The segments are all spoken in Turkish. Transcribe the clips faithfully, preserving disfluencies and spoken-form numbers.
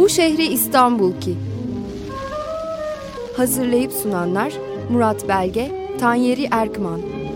Bu şehri İstanbul ki. Hazırlayıp sunanlar Murat Belge, Tanyeri Erkman.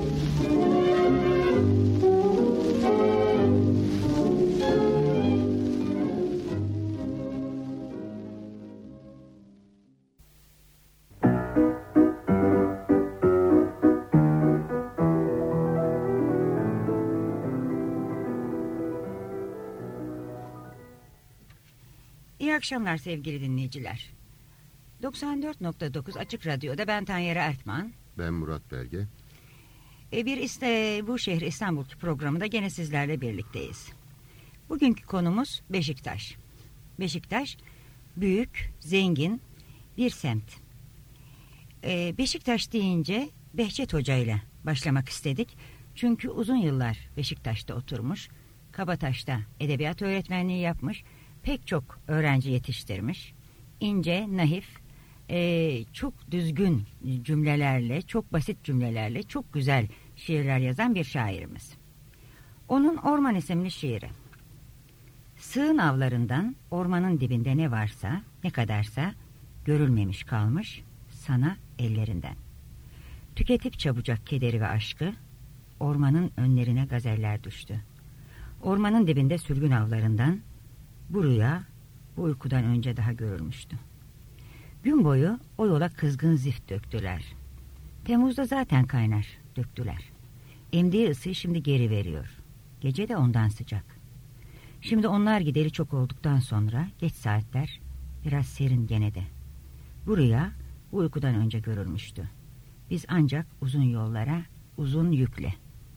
İyi akşamlar sevgili dinleyiciler. doksan dört nokta dokuz Açık Radyo'da ben Tanyeri Erkman. Ben Murat Belge. E bir iste bu şehir İstanbul programında gene sizlerle birlikteyiz. Bugünkü konumuz Beşiktaş. Beşiktaş büyük, zengin bir semt. E, Beşiktaş deyince Behçet Hoca ile başlamak istedik. Çünkü uzun yıllar Beşiktaş'ta oturmuş, Kabataş'ta edebiyat öğretmenliği yapmış, pek çok öğrenci yetiştirmiş. İnce, naif, e, çok düzgün cümlelerle, çok basit cümlelerle çok güzel şiirler yazan bir şairimiz. Onun Orman isimli şiiri. Sığın avlarından ormanın dibinde ne varsa, ne kadarsa görülmemiş kalmış sana ellerinden. Tüketip çabucak kederi ve aşkı, ormanın önlerine gazeller düştü. Ormanın dibinde sürgün avlarından bu rüya bu uykudan önce daha görülmüştü. Gün boyu o yola kızgın zift döktüler. Temmuz'da zaten kaynar döktüler. Emdiği ısıyı şimdi geri veriyor. Gece de ondan sıcak. Şimdi onlar gideri çok olduktan sonra geç saatler biraz serin gene de. Bu rüya bu uykudan önce görülmüştü. Biz ancak uzun yollara uzun yükle.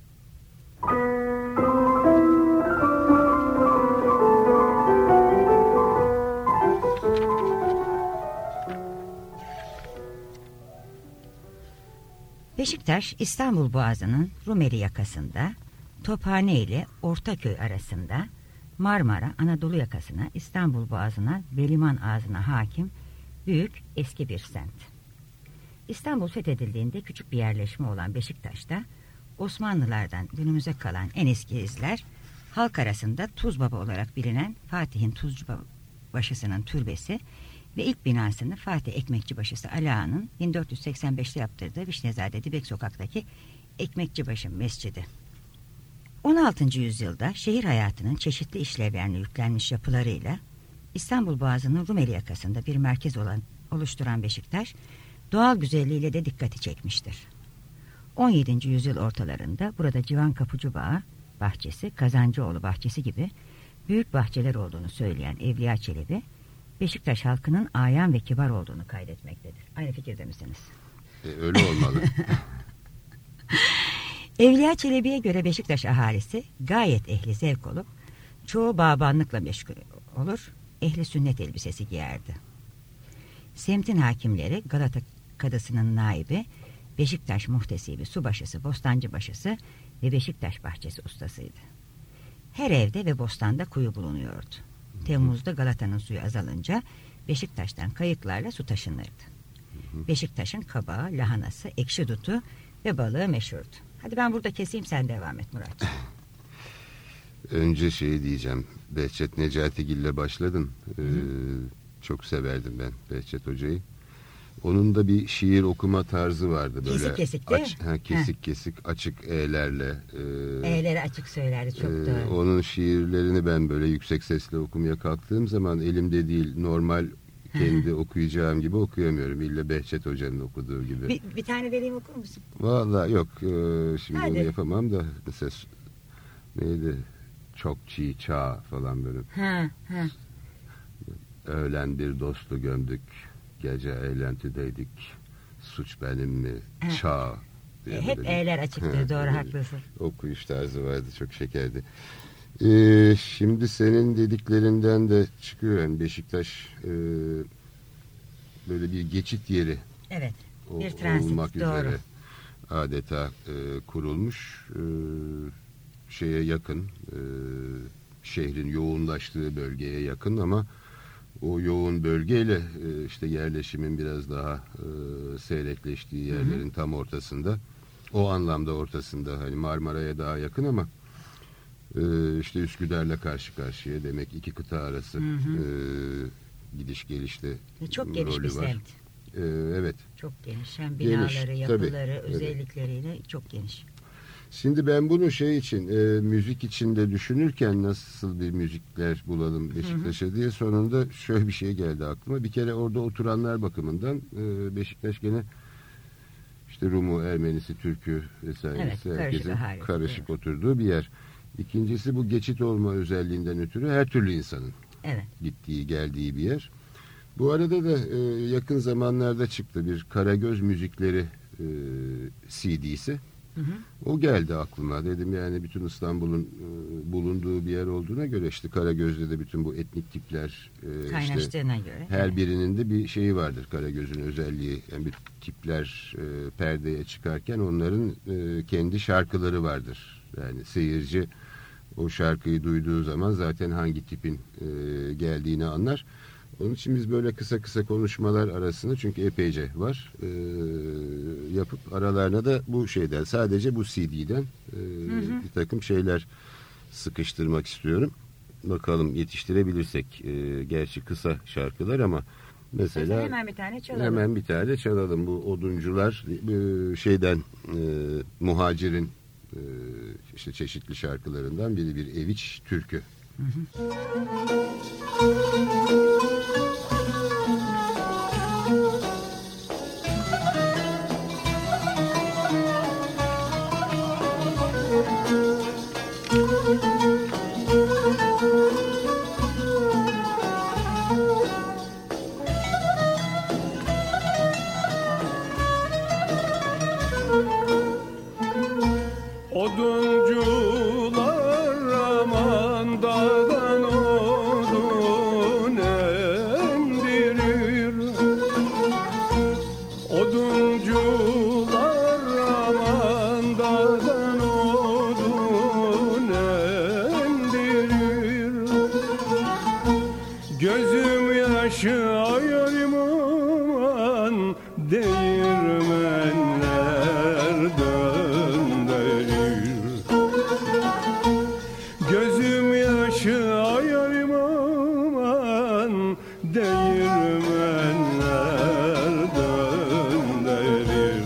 Beşiktaş, İstanbul Boğazı'nın Rumeli yakasında, Tophane ile Ortaköy arasında, Marmara, Anadolu yakasına, İstanbul Boğazı'na ve liman ağzına hakim büyük eski bir semt. İstanbul fethedildiğinde küçük bir yerleşme olan Beşiktaş'ta, Osmanlılardan günümüze kalan en eski izler, halk arasında Tuzbaba olarak bilinen Fatih'in Tuzcubaşısı'nın türbesi ve ilk binasını Fatih Ekmekçibaşısı Ali Ağa'nın bin dört yüz seksen beşte yaptırdığı Vişnezade Dibek Sokak'taki Ekmekçibaşı Mescidi. on altıncı yüzyılda şehir hayatının çeşitli işlevlerine yüklenmiş yapılarıyla İstanbul Boğazı'nın Rumeli yakasında bir merkez olan oluşturan Beşiktaş, doğal güzelliğiyle de dikkati çekmiştir. on yedinci yüzyıl ortalarında burada Civan Kapıcı Bağı bahçesi, Kazancıoğlu bahçesi gibi büyük bahçeler olduğunu söyleyen Evliya Çelebi, Beşiktaş halkının ayan ve kibar olduğunu kaydetmektedir. Aynı fikirde misiniz? E, öyle olmalı. Evliya Çelebi'ye göre Beşiktaş ahalisi gayet ehli zevk olup çoğu bağbanlıkla meşgul olur, ehli sünnet elbisesi giyerdi. Semtin hakimleri Galata Kadısı'nın naibi, Beşiktaş muhtesibi, subaşısı, bostancıbaşısı ve Beşiktaş bahçesi ustasıydı. Her evde ve bostanda kuyu bulunuyordu. Temmuz'da Galata'nın suyu azalınca Beşiktaş'tan kayıklarla su taşınırdı. Beşiktaş'ın kabağı, lahanası, ekşi dutu ve balığı meşhurdu. Hadi ben burada keseyim, sen devam et Murat. Önce şey diyeceğim. Behçet Necatigil'le başladın. Ee, çok severdim ben Behçet Hoca'yı. Onun da bir şiir okuma tarzı vardı. Böyle kesik kesik değil aç, ha, kesik ha. kesik açık e'lerle. E, E'leri açık söylerdi çok e, doğru. Onun şiirlerini ben böyle yüksek sesle okumaya kalktığım zaman elimde değil, normal kendi okuyacağım gibi okuyamıyorum. İlla Behçet Hoca'nın okuduğu gibi. Bir, bir tane vereyim, okur musun? Vallahi yok. E, şimdi Hadi. onu yapamam da. Mesela neydi? Çok çiğ çağ falan böyle. Ha, ha. Öğlen bir dostu gömdük. Gece eğlentideydik. Suç benim mi? Ha. Çağ. E, hep E'ler açıktır. Doğru, haklısın. Okuyuş tarzı vardı. Çok şekerdi. Ee, şimdi senin dediklerinden de çıkıyor. Yani Beşiktaş e, böyle bir geçit yeri. Evet. Bir o, transit. Olmak Doğru. üzere adeta e, kurulmuş. E, şeye yakın. E, şehrin yoğunlaştığı bölgeye yakın ama o yoğun bölgeyle işte yerleşimin biraz daha e, seyrekleştiği yerlerin hı hı. tam ortasında. O anlamda ortasında, hani Marmara'ya daha yakın ama e, işte Üsküdar'la karşı karşıya, demek iki kıta arası hı hı. E, gidiş gelişte Ve çok geniş rolü bir var. semt. Ee, evet. Çok geniş. Hem Geniş, binaları, tabii, yapıları, evet. özellikleriyle çok geniş. Şimdi ben bunu şey için, e, müzik içinde düşünürken nasıl bir müzikler bulalım Beşiktaş'a diye sonunda şöyle bir şey geldi aklıma. Bir kere orada oturanlar bakımından e, Beşiktaş gene işte Rumu, Ermenisi, Türkü vesaire Evet, karışık herkesin ahalisi, karışık evet. oturduğu bir yer. İkincisi bu geçit olma özelliğinden ötürü her türlü insanın Evet. gittiği, geldiği bir yer. Bu arada da e, yakın zamanlarda çıktı bir Karagöz Müzikleri e, C D'si. Hı hı. O geldi aklıma. Dedim yani bütün İstanbul'un e, bulunduğu bir yer olduğuna göre işte Karagöz'de de bütün bu etnik tipler e, Kaynaştığına işte, göre. her evet. birinin de bir şeyi vardır. Karagöz'ün özelliği. Yani bir tipler e, perdeye çıkarken onların e, kendi şarkıları vardır. Yani seyirci o şarkıyı duyduğu zaman zaten hangi tipin e, geldiğini anlar. Onun için biz böyle kısa kısa konuşmalar arasında çünkü epeyce var e, yapıp aralarına da bu şeyden sadece bu C D'den e, Hı hı. bir takım şeyler sıkıştırmak istiyorum. Bakalım yetiştirebilirsek. E, gerçi kısa şarkılar ama mesela hemen bir tane çalalım. Hemen bir tane çalalım. Bu oduncular e, şeyden e, Muhacir'in e, işte çeşitli şarkılarından biri bir Eviç türkü. Hı hı. Oduncular aman dağdan odun emdirir. Oduncular aman dağdan odun emdirir. Gözüm yaşı ayarım aman değirmenler döndürür. Gözüm yaşı ayarım aman değirmenler döndürür.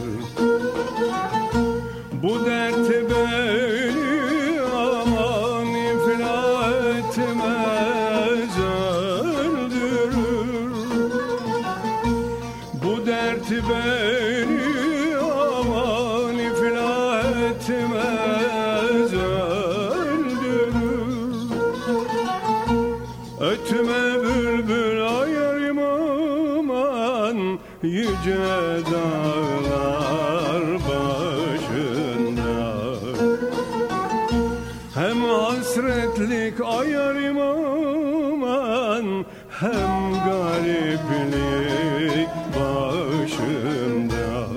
Bu dert beni aman iflah etmez öldürür. Bu dert beni aman iflah etmez öldürür. Ötme bülbül ayarım aman yüce dağlar başında. Hem hasretlik ayarım aman hem gariplik başımda.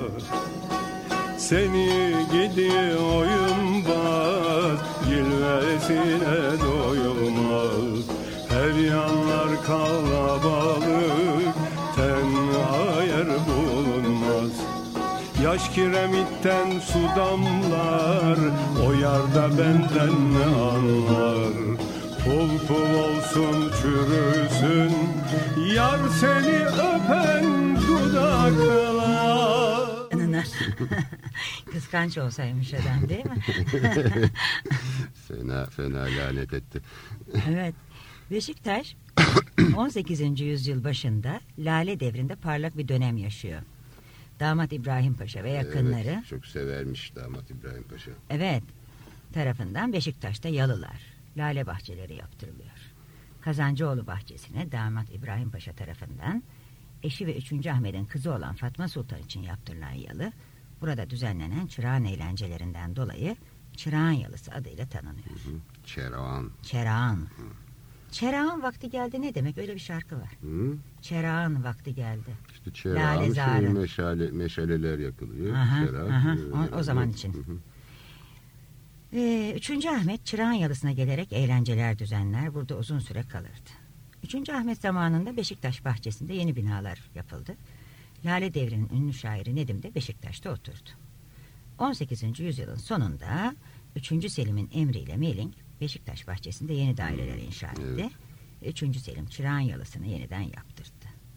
Seni gidi oyunbaz cilvesine doyulmaz. Her yanlar kalabalık tenha yer bulunmaz. Yaş kiremitten su damlar, o yarda benden ne anlar? Pul pul olsun çürüsün, yar seni öpen dudaklar. Kıskanç olsaymış adam değil mi? fena fena lanet etti. Evet. Beşiktaş on sekizinci yüzyıl başında Lale devrinde parlak bir dönem yaşıyor. Damat İbrahim Paşa ve yakınları Evet, çok severmiş damat İbrahim Paşa. evet tarafından Beşiktaş'ta yalılar, lale bahçeleri yaptırılıyor. Kazancıoğlu bahçesine damat İbrahim Paşa tarafından eşi ve üçüncü Ahmet'in kızı olan Fatma Sultan için yaptırılan yalı, burada düzenlenen çırağan eğlencelerinden dolayı Çırağan Yalısı adıyla tanınıyor. Hı hı. Çerağan. Çerağan. Hı. Çerağan vakti geldi ne demek? Öyle bir şarkı var. Hı? Çerağan vakti geldi. İşte çerağan Lale zarı. şey, meşale, meşaleler yakılıyor. Aha, Çerağan, aha, e, o, o zaman için. Hı hı. Ve üçüncü Ahmet Çırağan Yalısı'na gelerek eğlenceler düzenler. Burada uzun süre kalırdı. üçüncü Ahmet zamanında Beşiktaş bahçesinde yeni binalar yapıldı. Lale devrinin ünlü şairi Nedim de Beşiktaş'ta oturdu. on sekizinci yüzyılın sonunda üçüncü Selim'in emriyle Meling Beşiktaş bahçesinde yeni daireler inşa etti. Evet. üçüncü Selim Çırağan Yalısı'nı yeniden yaptırdı.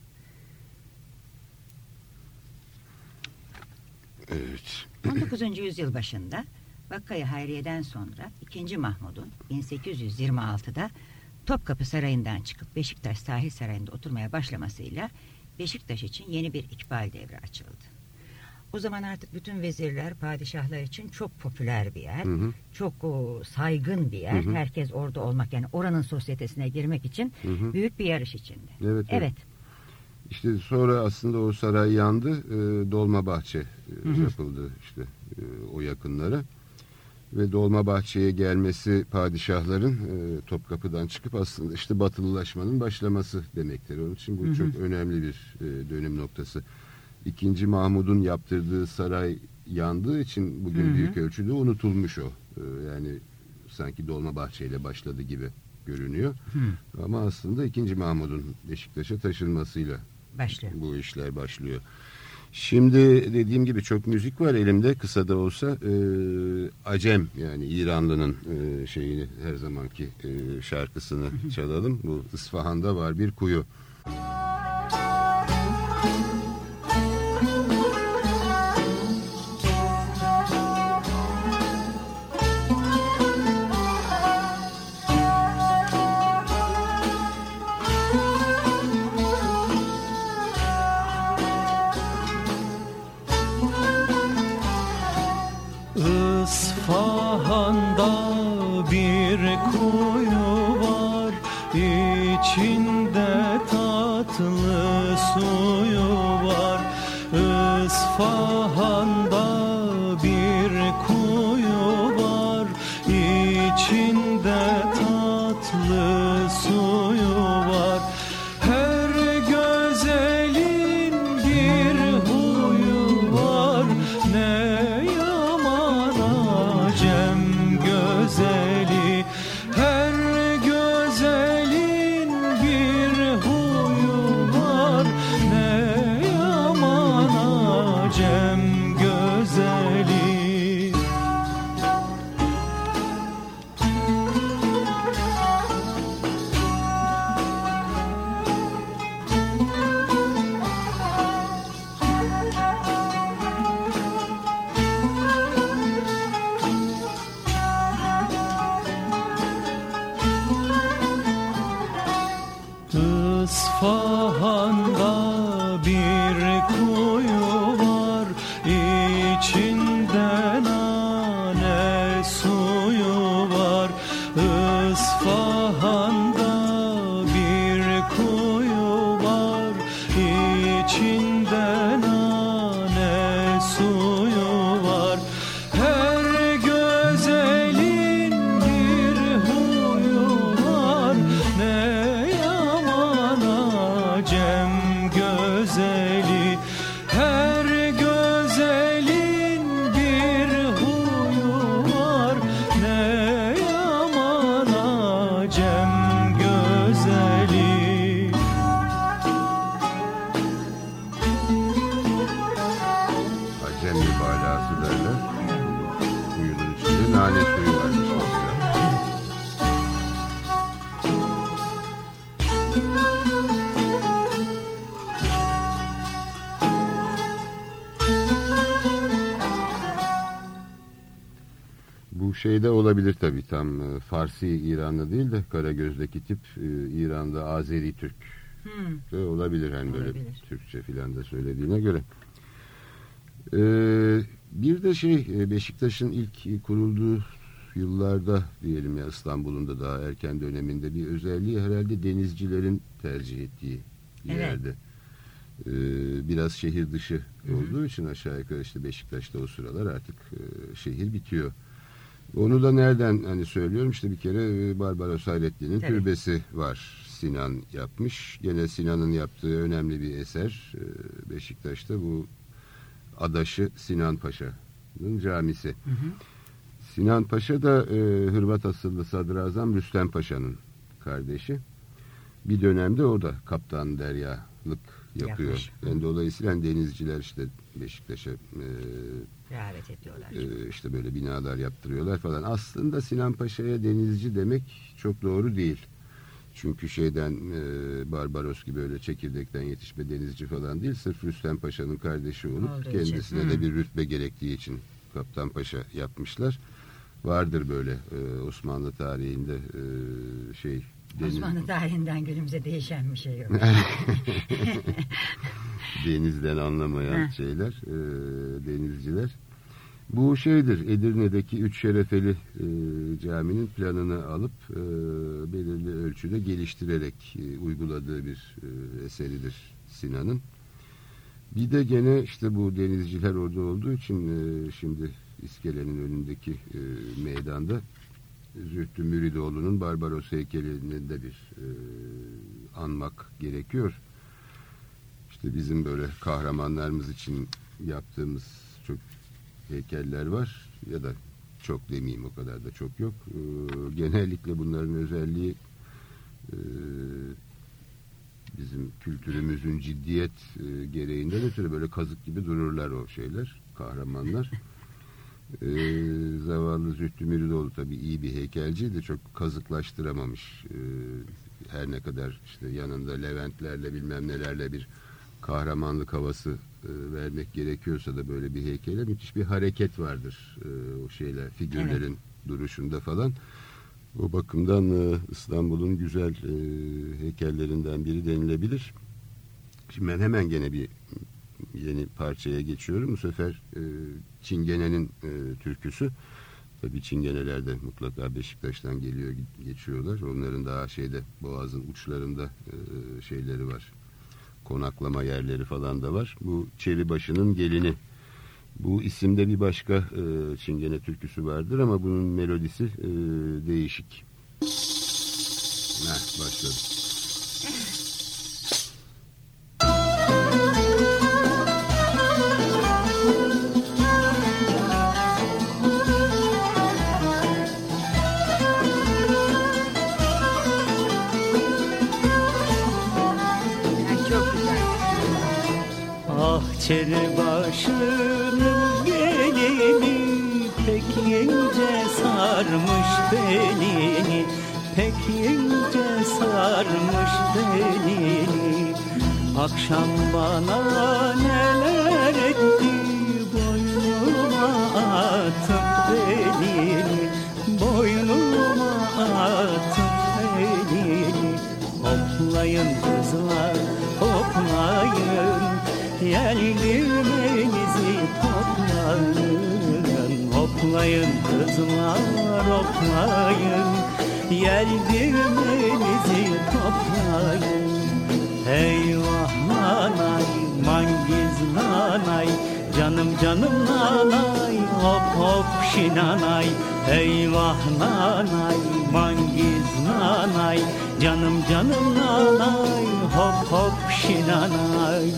Evet. on dokuzuncu yüzyıl başında Vakkayı Hayriye'den sonra ikinci Mahmud'un bin sekiz yüz yirmi altıda Topkapı Sarayı'ndan çıkıp Beşiktaş Sahil Sarayı'nda oturmaya başlamasıyla Beşiktaş için yeni bir ikbal devri açıldı. O zaman artık bütün vezirler, padişahlar için çok popüler bir yer, hı hı. çok o, saygın bir yer. Hı hı. Herkes orada olmak, yani oranın sosyetesine girmek için hı hı. büyük bir yarış içinde. Evet. Evet. evet. İşte sonra aslında o saray yandı, e, Dolmabahçe e, hı hı. yapıldı işte e, o yakınlara. Ve Dolmabahçe'ye gelmesi padişahların e, Topkapı'dan çıkıp aslında işte batılılaşmanın başlaması demektir. Onun için bu hı hı. çok önemli bir e, dönüm noktası. İkinci Mahmud'un yaptırdığı saray yandığı için bugün hı hı. büyük ölçüde unutulmuş o. E, yani sanki Dolmabahçe'yle başladı gibi görünüyor. Hı. Ama aslında ikinci Mahmud'un Beşiktaş'a taşınmasıyla başlıyor. Bu işler başlıyor. Şimdi dediğim gibi çok müzik var elimde, kısa da olsa e, Acem, yani İranlı'nın e, şeyini, her zamanki e, şarkısını çalalım. Bu İsfahan'da var bir kuyu. İsfahan'da bir kuyu var, içinde tatlı suyu var. İsfahan'da bir kuyu var, içinde tatlı suyu var. Her güzelin bir huyu var, ne güzeli, her güzelin bir huyu var, ne yaman Acem güzeli. İsfahan'da bir kuyu var, içinde nane suyu var. İsfahan'da bir kuyu var, içinde nane suyu var. Her güzelin bir huyu var, ne Acem güzeli, her güzelin bir huyu var, ne yaman Acem güzeli. Acem mübalağası derler. Kuyunun içinde nane suyu varmış mesela. Bu şeyde olabilir tabii, tam e, Farsi İranlı değil de Karagöz'deki tip e, İran'da Azeri Türk hmm. de olabilir, hani böyle olabilir. Türkçe filan da söylediğine göre. E, bir de şey e, Beşiktaş'ın ilk kurulduğu yıllarda diyelim ya, İstanbul'un da daha erken döneminde bir özelliği herhalde denizcilerin tercih ettiği bir evet. yerde. E, biraz şehir dışı Hı-hı. olduğu için aşağı yukarı işte Beşiktaş'ta o sıralar artık e, şehir bitiyor. Onu da nereden hani söylüyorum, işte bir kere Barbaros Hayrettin'in Tabii. türbesi var. Sinan yapmış. Gene Sinan'ın yaptığı önemli bir eser Beşiktaş'ta, bu adaşı Sinan Paşa'nın camisi. Hı hı. Sinan Paşa da e, Hırvat asıllı Sadrazam Rüstem Paşa'nın kardeşi. Bir dönemde o da kaptan deryalık yapıyor. Yani dolayısıyla yani denizciler işte Beşiktaş'a e, rağbet ediyorlar. E, işte böyle binalar yaptırıyorlar falan. Aslında Sinan Paşa'ya denizci demek çok doğru değil. Çünkü şeyden e, Barbaros gibi öyle çekirdekten yetişme denizci falan değil. Sırf Rüstem Paşa'nın kardeşi olup Olduğu kendisine için. de bir rütbe gerektiği için Kaptan Paşa yapmışlar. Vardır böyle e, Osmanlı tarihinde e, şey. Deniz... Osmanlı tarihinden günümüze değişen bir şey yok. Denizden anlamayan şeyler, e, denizciler. Bu şeydir, Edirne'deki Üç Şerefeli e, caminin planını alıp e, belirli ölçüde geliştirerek e, uyguladığı bir e, eseridir Sinan'ın. Bir de gene işte bu denizciler orada olduğu için e, şimdi iskelenin önündeki e, meydanda Zühtü Müridoğlu'nun Barbaros heykelini de bir e, anmak gerekiyor. İşte bizim böyle kahramanlarımız için yaptığımız çok heykeller var ya da çok demeyeyim, o kadar da çok yok. E, genellikle bunların özelliği e, bizim kültürümüzün ciddiyet e, gereğinden ötürü böyle kazık gibi dururlar o şeyler, kahramanlar. E, zavallı Zühtü Müridoğlu tabii iyi bir heykelci de çok kazıklaştıramamış. E, her ne kadar işte yanında Leventlerle bilmem nelerle bir kahramanlık havası e, vermek gerekiyorsa da böyle bir heykele müthiş bir hareket vardır e, o şeyler, figürlerin evet. duruşunda falan. O bakımdan e, İstanbul'un güzel e, heykellerinden biri denilebilir. Şimdi ben hemen gene bir yeni parçaya geçiyorum. Bu sefer e, Çingene'nin e, türküsü. Tabii Çingeneler de mutlaka Beşiktaş'tan geliyor, geçiyorlar. Onların daha şeyde Boğaz'ın uçlarında e, şeyleri var. Konaklama yerleri falan da var. Bu Çeribaşı'nın gelini. Bu isimde bir başka e, Çingene türküsü vardır ama bunun melodisi e, değişik. Heh, başladı. Çeribaşı'nın gelini pek ince sarmış belini, pek ince sarmış belini. Akşam bana neler etti, boynuma atıp belini, boynuma atıp belini. Hoplayın kızlar, hoplayın, yeldirmenizi toplayın. Hoplayın kızlar, hoplayın, yeldirmenizi toplayın. Eyvah nanay, mangiz nanay, canım canım nanay, hop hop şinanay. Eyvah nanay, mangiz nanay, canım canım nanay, hop hop şinanay.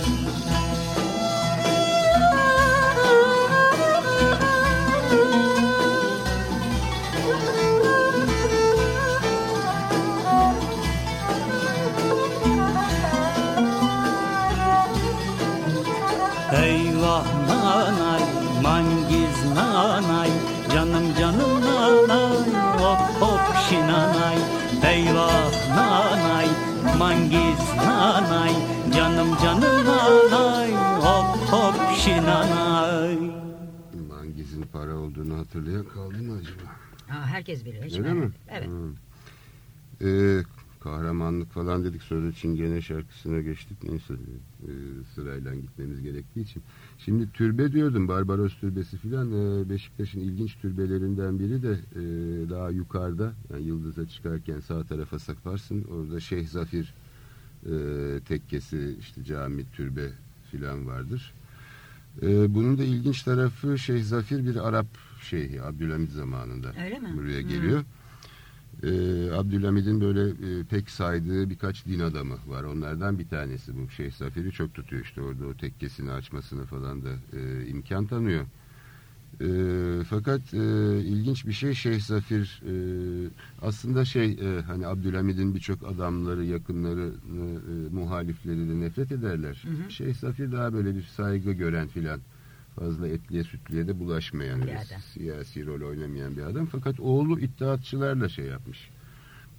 Eyvah nanay, mangiz nanay, canım canım nanay, hop hop şinanay. Eyvah nanay, mangiz nanay, canım canım nanay, hop hop şinanay. Mangiz'in para olduğunu hatırlayan kaldı mı acaba? Aa, herkes biliyor. Hiç öyle mi? Evet. Hmm. Ee, kahramanlık falan dedik, sonra Çingene şarkısına geçtik. Neyse e, sırayla gitmemiz gerektiği için. Şimdi türbe diyordum, Barbaros türbesi filan. E, Beşiktaş'ın ilginç türbelerinden biri de e, daha yukarıda, yani Yıldız'a çıkarken sağ tarafa saparsın. Orada Şeyh Zafir e, tekkesi, işte cami, türbe filan vardır. E, bunun da ilginç tarafı, Şeyh Zafir bir Arap şeyhi, Abdülhamid zamanında buraya geliyor. Hmm. Ee, Abdülhamid'in böyle e, pek saydığı birkaç din adamı var. Onlardan bir tanesi bu. Şeyh Zafir'i çok tutuyor, işte orada o tekkesini açmasını falan da e, imkan tanıyor. E, fakat e, ilginç bir şey, Şeyh Zafir e, aslında şey e, hani Abdülhamid'in birçok adamları, yakınları, e, muhalifleri de nefret ederler. Hı hı. Şeyh Zafir daha böyle bir saygı gören filan, fazla etliye sütlüye de bulaşmayan, siyasi rol oynamayan bir adam. Fakat oğlu iddiatçılarla şey yapmış.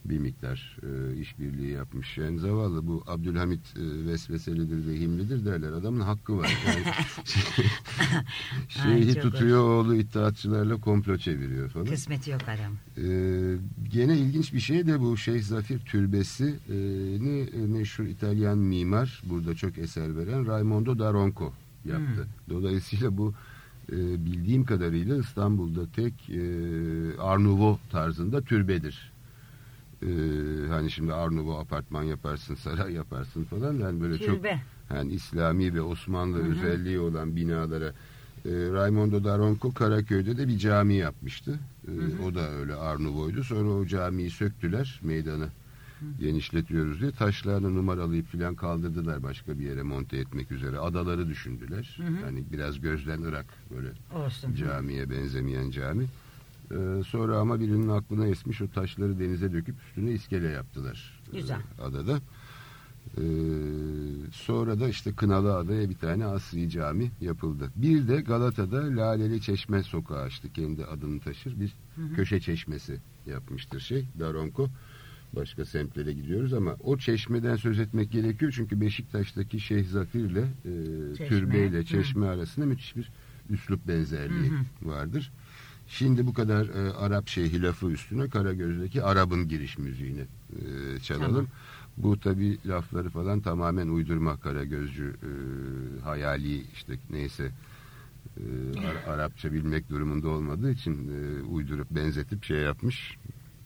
bir miktar e, işbirliği yapmış. Yani zavallı bu Abdülhamit e, vesveselidir, vehimlidir derler. Adamın hakkı var. Yani, şey, şeyhi tutuyor, hoş. Oğlu İttihatçılarla komplo çeviriyor falan. Kısmeti yok adam. E, gene ilginç bir şey de bu Şeyh Zafir Türbesi'ni e, meşhur İtalyan mimar, burada çok eser veren Raimondo da Ronco yaptı. Hmm. Dolayısıyla bu e, bildiğim kadarıyla İstanbul'da tek e, Art Nouveau tarzında türbedir. Ee, hani şimdi Art Nouveau apartman yaparsın, saray yaparsın falan, yani böyle Türbe. Çok yani İslami ve Osmanlı Hı-hı. özelliği olan binalara e, Raimondo da Ronco Karaköy'de de bir cami yapmıştı. E, o da öyle Art Nouveau'ydu. Sonra o camiyi söktüler, meydanı Hı-hı. genişletiyoruz diye taşlarını numaralayıp filan kaldırdılar, başka bir yere monte etmek üzere. Adaları düşündüler. Hı-hı. Yani biraz gözden ırak böyle Olsun. Camiye benzemeyen cami. Ee, sonra ama birinin aklına esmiş, o taşları denize döküp üstüne iskele yaptılar. Güzel. E, adada. Ee, sonra da işte Kınalı Adaya bir tane asri cami yapıldı. Bir de Galata'da Laleli Çeşme sokağı açtı. Kendi adını taşır. Bir hı hı. köşe çeşmesi yapmıştır şey da Ronco. Başka semtlere gidiyoruz ama o çeşmeden söz etmek gerekiyor. Çünkü Beşiktaş'taki Şeyh Zafir'le e, türbeyle çeşme hı. arasında müthiş bir üslup benzerliği hı hı. vardır. Şimdi bu kadar e, Arap şeyhi lafı üstüne Karagöz'deki Arap'ın giriş müziğini e, çalalım. Tamam. Bu tabii lafları falan tamamen uydurma, Karagözcü e, hayali işte neyse e, Ar- Arapça bilmek durumunda olmadığı için e, uydurup benzetip şey yapmış.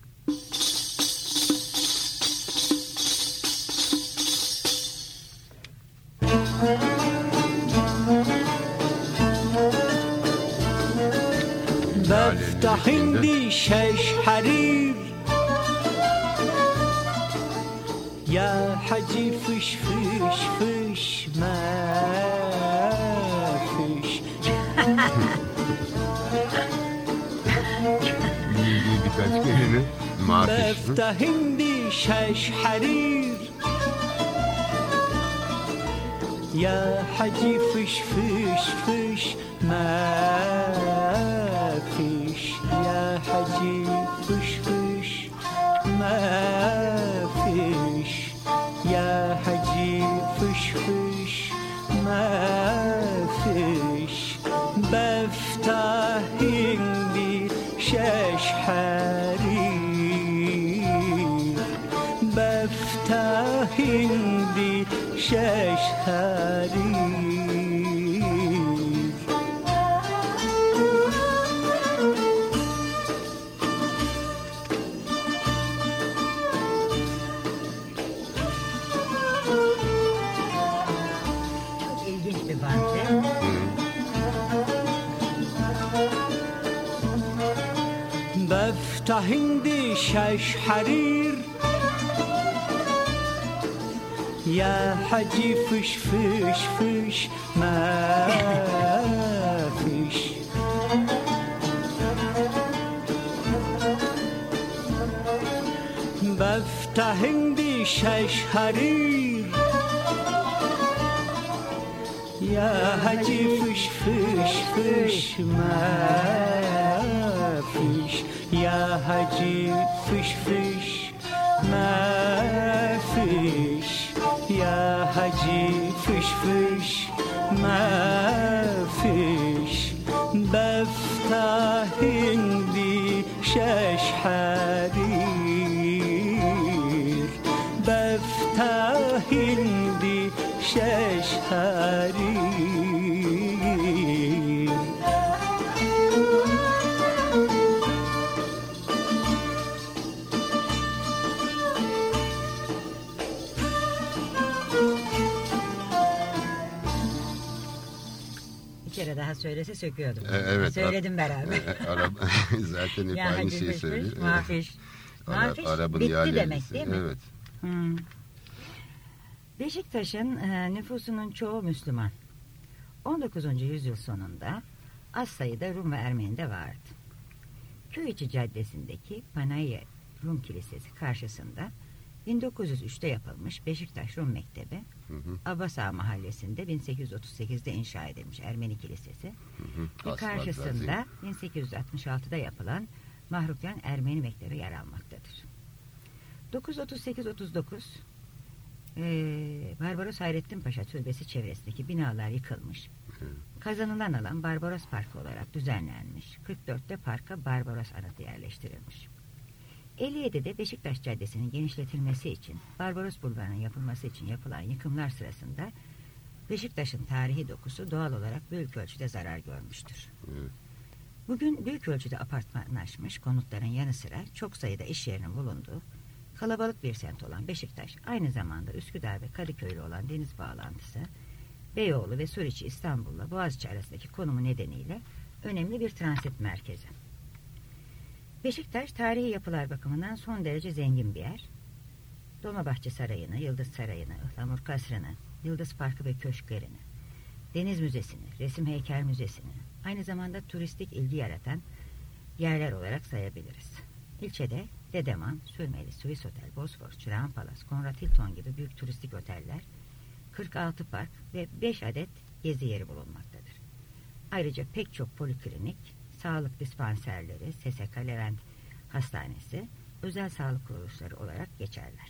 بفتح عندي شش حرير يا حجي فش فش فش ما فش بفتح عندي شش حرير يا حجي فش فش فش ما فيش يا حجي فش فش ما فيش يا حجي فش فش ما فيش بفتح عندي شش حرير بفتح عندي شش حرير بفتح عندي شش حرير يا حجي فش فش فش ما فيش بفتح عندي شش حرير يا حجي فش فش فش ما فيش يا حجي فش فش ما فيش يا حجي فش فش ما فيش بفتح عندي شش حرير بفتح عندي شش حرير kere daha söylese söküyordum. E, evet. Söyledim beraber. Arap zaten hep aynı şeyi söylüyor. Mafiş. Mafiş Arap'ın bitti demek değil mi? Evet. Hmm. Beşiktaş'ın e, nüfusunun çoğu Müslüman. on dokuzuncu yüzyıl sonunda az sayıda Rum ve Ermeni de vardı. Köy içi caddesindeki Panayi Rum Kilisesi karşısında bin dokuz yüz üçte yapılmış Beşiktaş Rum Mektebi, hı hı. Abbas Mahallesi'nde bin sekiz yüz otuz sekizde inşa edilmiş Ermeni Kilisesi hı hı. ve karşısında bin sekiz yüz altmış altıda yapılan Mahrukyan Ermeni Mektebi yer almaktadır. dokuz otuz sekiz otuz dokuz Ee, Barbaros Hayrettin Paşa Türbesi çevresindeki binalar yıkılmış. Kazanılan alan Barbaros Parkı olarak düzenlenmiş. kırk dörtte parka Barbaros anıtı yerleştirilmiş. elli yedide Beşiktaş Caddesi'nin genişletilmesi için, Barbaros Bulvarı'nın yapılması için yapılan yıkımlar sırasında Beşiktaş'ın tarihi dokusu doğal olarak büyük ölçüde zarar görmüştür. Evet. Bugün büyük ölçüde apartmanlaşmış konutların yanı sıra çok sayıda iş yerinin bulunduğu kalabalık bir semt olan Beşiktaş, aynı zamanda Üsküdar ve Kadıköy'le olan deniz bağlantısı, Beyoğlu ve Suriçi İstanbul'la Boğaziçi arasındaki konumu nedeniyle önemli bir transit merkezi. Beşiktaş, tarihi yapılar bakımından son derece zengin bir yer. Dolmabahçe Sarayı'nı, Yıldız Sarayı'nı, Ihlamur Kasrı'nı, Yıldız Parkı ve köşklerini, Deniz Müzesi'ni, Resim Heykel Müzesi'ni, aynı zamanda turistik ilgi yaratan yerler olarak sayabiliriz. İlçede Dedeman, Sürmeli, Swiss Otel, Bosfor, Çırağan Palas, Konrad Hilton gibi büyük turistik oteller, kırk altı park ve beş adet gezi yeri bulunmaktadır. Ayrıca pek çok poliklinik, sağlık dispanserleri, S S K Levent Hastanesi, özel sağlık kuruluşları olarak geçerler.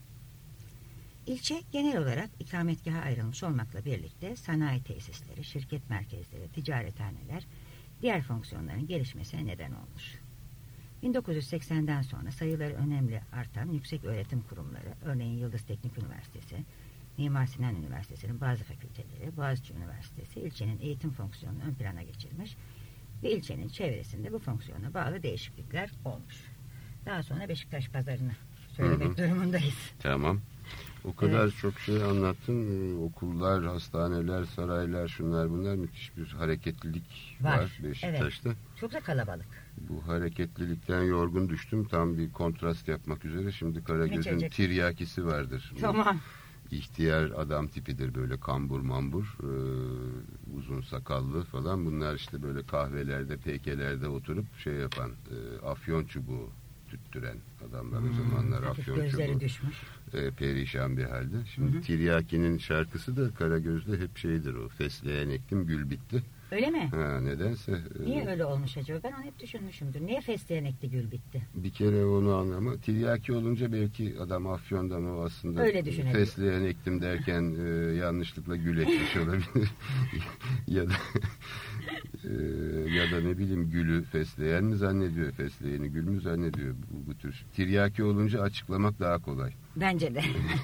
İlçe genel olarak ikametgaha ayrılmış olmakla birlikte sanayi tesisleri, şirket merkezleri, ticarethaneler, diğer fonksiyonların gelişmesine neden olmuş. bin dokuz yüz seksenden sonra sayıları önemli artan yüksek öğretim kurumları, örneğin Yıldız Teknik Üniversitesi, Mimar Sinan Üniversitesi'nin bazı fakülteleri, Boğaziçi Üniversitesi ilçenin eğitim fonksiyonunu ön plana geçirmiş ve ilçenin çevresinde bu fonksiyona bağlı değişiklikler olmuş. Daha sonra Beşiktaş Pazarı'nı söylemek hı hı. durumundayız. Tamam. O kadar evet. çok şey anlattın. Okullar, hastaneler, saraylar, şunlar bunlar, müthiş bir hareketlilik var, var Beşiktaş'ta. Evet. Çok da kalabalık. Bu hareketlilikten yorgun düştüm. Tam bir kontrast yapmak üzere. Şimdi Karagöz'ün tiryakisi vardır. Tamam. İhtiyar adam tipidir, böyle kambur mambur, e, uzun sakallı falan. Bunlar işte böyle kahvelerde, peykelerde oturup şey yapan, e, afyon çubuğu tüttüren adamlar hmm, o zamanlar, afyon çubuğu. Düşmüş. E, perişan bir halde. Şimdi hı hı. Tiryakinin şarkısı da Karagöz'de hep şeydir o. Fesleğen ektim gül bitti. Öyle mi? Ha, nedense. Niye e, öyle olmuş acaba? Ben onu hep düşünmüşümdür. Niye fesleğen ekti gül bitti? Bir kere onu anlama. Tiryaki olunca belki adam afyondan o aslında öyle düşünebilir. Fesleğen ektim derken e, yanlışlıkla gül ekmiş olabilir. ya da e, ya da ne bileyim gülü fesleğen mi zannediyor? Fesleğeni gül mü zannediyor? Bu, bu tür. Tiryaki olunca açıklamak daha kolay. Bence de.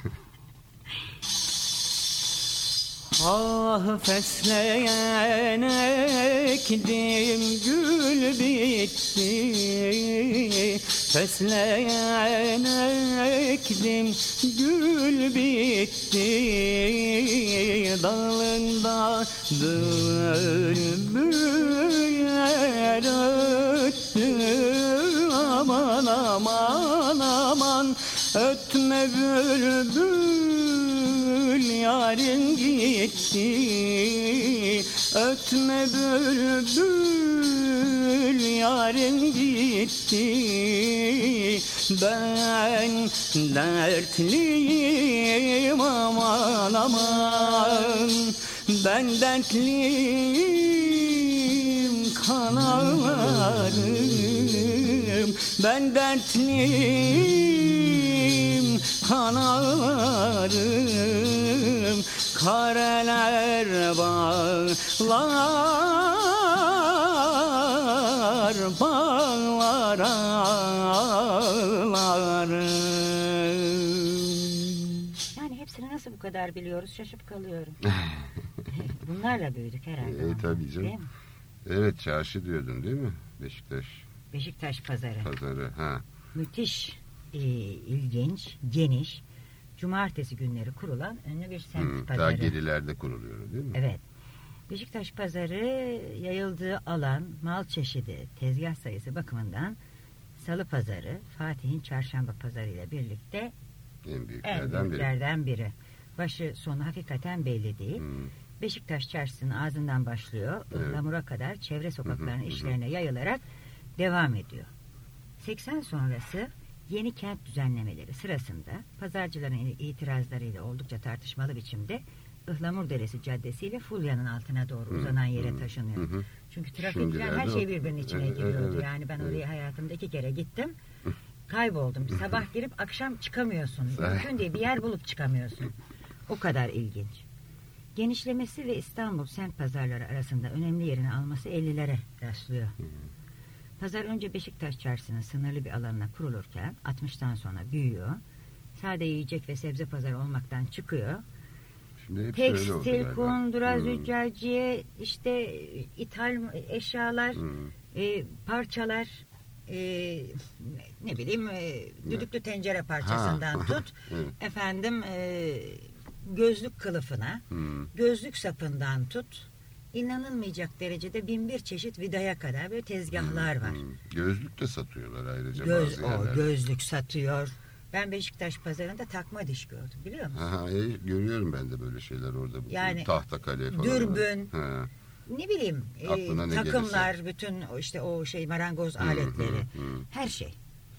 Ah fesleğen ektim gül bitti, fesleğen ektim gül bitti, dalında bülbüller öttü, aman aman aman ötme bülbül yarın gitti, ötme bülbül yarın gitti, ben dertliyim aman aman, ben dertliyim kanarım, ben dertliyim kanarım, kareler bağlar bağlar ağlarım. Yani hepsini nasıl bu kadar biliyoruz, şaşıp kalıyorum. Bunlarla büyüdük herhalde. E, tabii canım. Evet, çarşı diyordun değil mi? Beşiktaş. Beşiktaş Pazarı. Pazarı, ha. Müthiş, e, ilginç, geniş, cumartesi günleri kurulan ünlü bir semt hmm, pazarı. Daha gerilerde kuruluyor değil mi? Evet. Beşiktaş Pazarı yayıldığı alan, mal çeşidi, tezgah sayısı bakımından Salı Pazarı, Fatih'in Çarşamba Pazarı ile birlikte en büyüklerden, en büyüklerden biri. biri. Başı sonu hakikaten belli değil. Hmm. Beşiktaş Çarşısı'nın ağzından başlıyor, evet. Ihlamur'a kadar çevre sokaklarının işlerine yayılarak devam ediyor. seksen sonrası yeni kent düzenlemeleri sırasında pazarcıların itirazlarıyla oldukça tartışmalı biçimde Ihlamur Deresi Caddesi ile Fulya'nın altına doğru uzanan yere taşınıyor. Hı hı. Çünkü trafik falan her şey birbirinin içine giriyordu. Evet, yani ben oraya evet. hayatımda iki kere gittim. kayboldum. Sabah girip akşam çıkamıyorsun. Mümkün değil. Bir yer bulup çıkamıyorsun. O kadar ilginç. Genişlemesi ve İstanbul semt pazarları arasında önemli yerini alması ellilere rastlıyor. Pazar önce Beşiktaş Çarşısı'nın sınırlı bir alanına kurulurken altmıştan sonra büyüyor. Sade yiyecek ve sebze pazarı olmaktan çıkıyor. Tekstil, kundura, hmm. züccaciye, işte ithal eşyalar, hmm. e, parçalar, e, ne bileyim e, düdüklü tencere parçasından ha. tut, efendim e, gözlük kılıfına, hmm. gözlük sapından tut, inanılmayacak derecede bin bir çeşit vidaya kadar böyle tezgahlar hmm. var. Gözlük de satıyorlar ayrıca Göz, bazı yerlerde. O gözlük satıyor. Ben Beşiktaş pazarında takma diş gördüm, biliyor musun? Ha, e, görüyorum ben de böyle şeyler orada. Yani Tahtakale falan. Dürbün, ha. ne bileyim e, ne takımlar, gelirse. bütün işte o şey marangoz hmm, aletleri, hmm, hmm. her şey.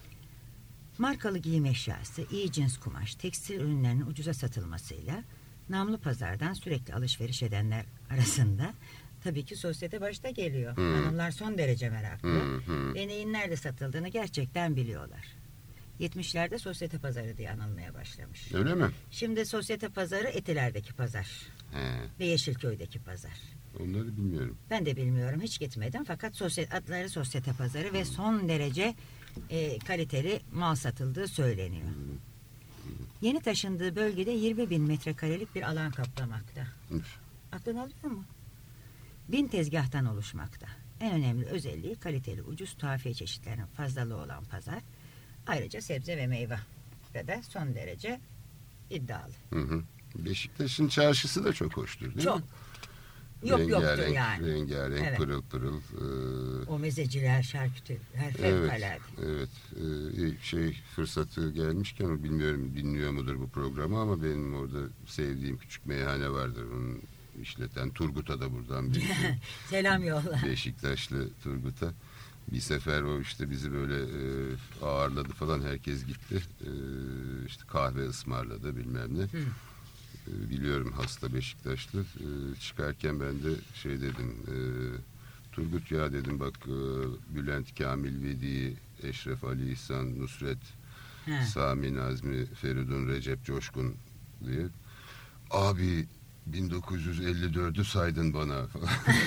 Markalı giyim eşyası, iyi cins kumaş, tekstil ürünlerinin ucuza satılmasıyla namlı pazardan sürekli alışveriş edenler arasında tabii ki sosyete başta geliyor. Hmm. Hanımlar son derece meraklı hmm, hmm. ve neyin nerede satıldığını gerçekten biliyorlar. yetmişlerde sosyete pazarı diye anılmaya başlamış. Öyle mi? Şimdi sosyete pazarı Etiler'deki pazar. He. Ve Yeşilköy'deki pazar. Onları bilmiyorum. Ben de bilmiyorum. Hiç gitmedim. Fakat sosyete, adları sosyete pazarı hmm. ve son derece e, kaliteli mal satıldığı söyleniyor. Hmm. Hmm. Yeni taşındığı bölgede yirmi bin metrekarelik bir alan kaplamakta. Hmm. Aklın alıyor mu? Bin tezgahtan oluşmakta. En önemli özelliği kaliteli, ucuz tuhafiye çeşitlerinin fazlalığı olan pazar. Ayrıca sebze ve meyve de son derece iddialı. Hı hı. Beşiktaş'ın çarşısı da çok hoştur değil çok. mi? Yok rengarenk, yoktur yani. Rengarenk, evet. Pırıl pırıl. E... O mezeciler, şarküteriler fevkalade. Evet, evet. E, şey fırsatı gelmişken bilmiyorum dinliyor mudur bu programı ama benim orada sevdiğim küçük meyhane vardır. Onun işleten Turgut'a da buradan bir selam yolla. Beşiktaşlı Turgut'a. Bir sefer o işte bizi böyle e, ağırladı falan, herkes gitti. E, işte kahve ısmarladı bilmem ne. E, biliyorum hasta Beşiktaşlı. E, çıkarken ben de şey dedim. E, Turgut ya dedim bak e, Bülent, Kamil, Vedi, Eşref, Ali İhsan, Nusret, He. Sami, Nazmi, Feridun, Recep, Coşkun diye. Abi bin dokuz yüz elli dördü saydın bana falan.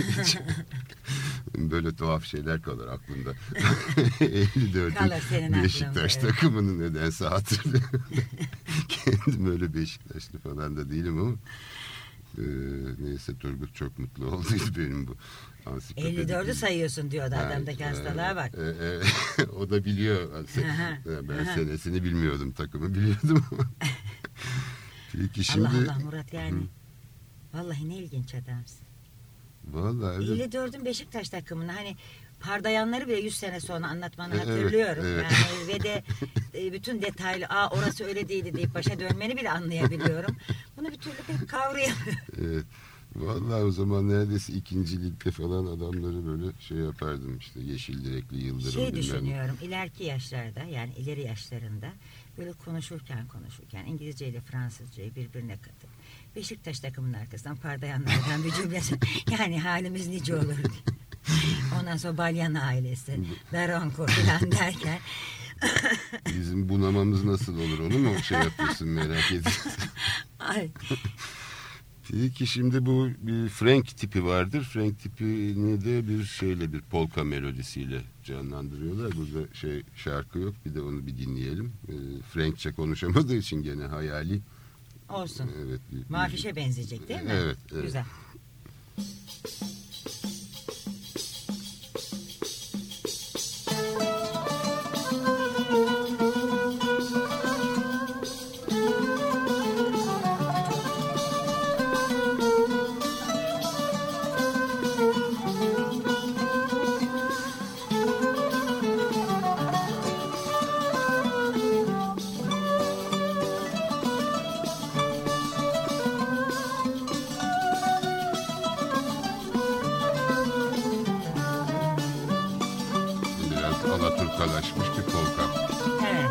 Böyle tuhaf şeyler kalır aklımda. elli dördü Beşiktaş aklımda, takımını evet. Nedense hatırlıyorum. Kendim öyle Beşiktaşlı falan da değilim ama e, neyse Turgut çok mutlu olduydu benim bu ansiklopedik. elli dördü sayıyorsun diyordu adamdaki e, hastalığa bak. E, e, o da biliyor. Ben senesini bilmiyordum, takımı biliyordum. Peki şimdi... Allah Allah Murat yani. Hı. Vallahi ne ilginç adamsın. Vallahi evet. elli dördün Beşiktaş takımını hani pardayanları bile yüz sene sonra anlatmanı hatırlıyorum. Evet, evet. Yani ve de bütün detaylı aa orası öyle değildi deyip başa dönmeni bile anlayabiliyorum. Bunu bir türlü pek kavrayamıyorum. Evet. Vallahi o zaman neredeyse ikinci ligde falan adamları böyle şey yapardım işte yeşil direkli Yıldırım. Şey düşünüyorum ileriki yaşlarda yani ileri yaşlarında böyle konuşurken konuşurken İngilizce ile Fransızcayı birbirine katıp Beşiktaş takımının arkasından pardayanlardan bir cümlesi yani halimiz nice olur diye. Ondan sonra Balyan ailesi, Daronco falan derken bizim bunamamız nasıl olur onu mu şey yapıyorsun merak ediyorsun. Ay. Peki şimdi bu bir Frank tipi vardır. Frank tipini de bir şeyle bir polka melodisiyle canlandırıyorlar. Burada şey şarkı yok. Bir de onu bir dinleyelim. E, Frankçe konuşamadığı için gene hayali. Olsun. Evet. Bir, Mafişe bir, benzeyecek değil mi? Evet. evet. Güzel. Alaturkalaşmış bir polka. Evet.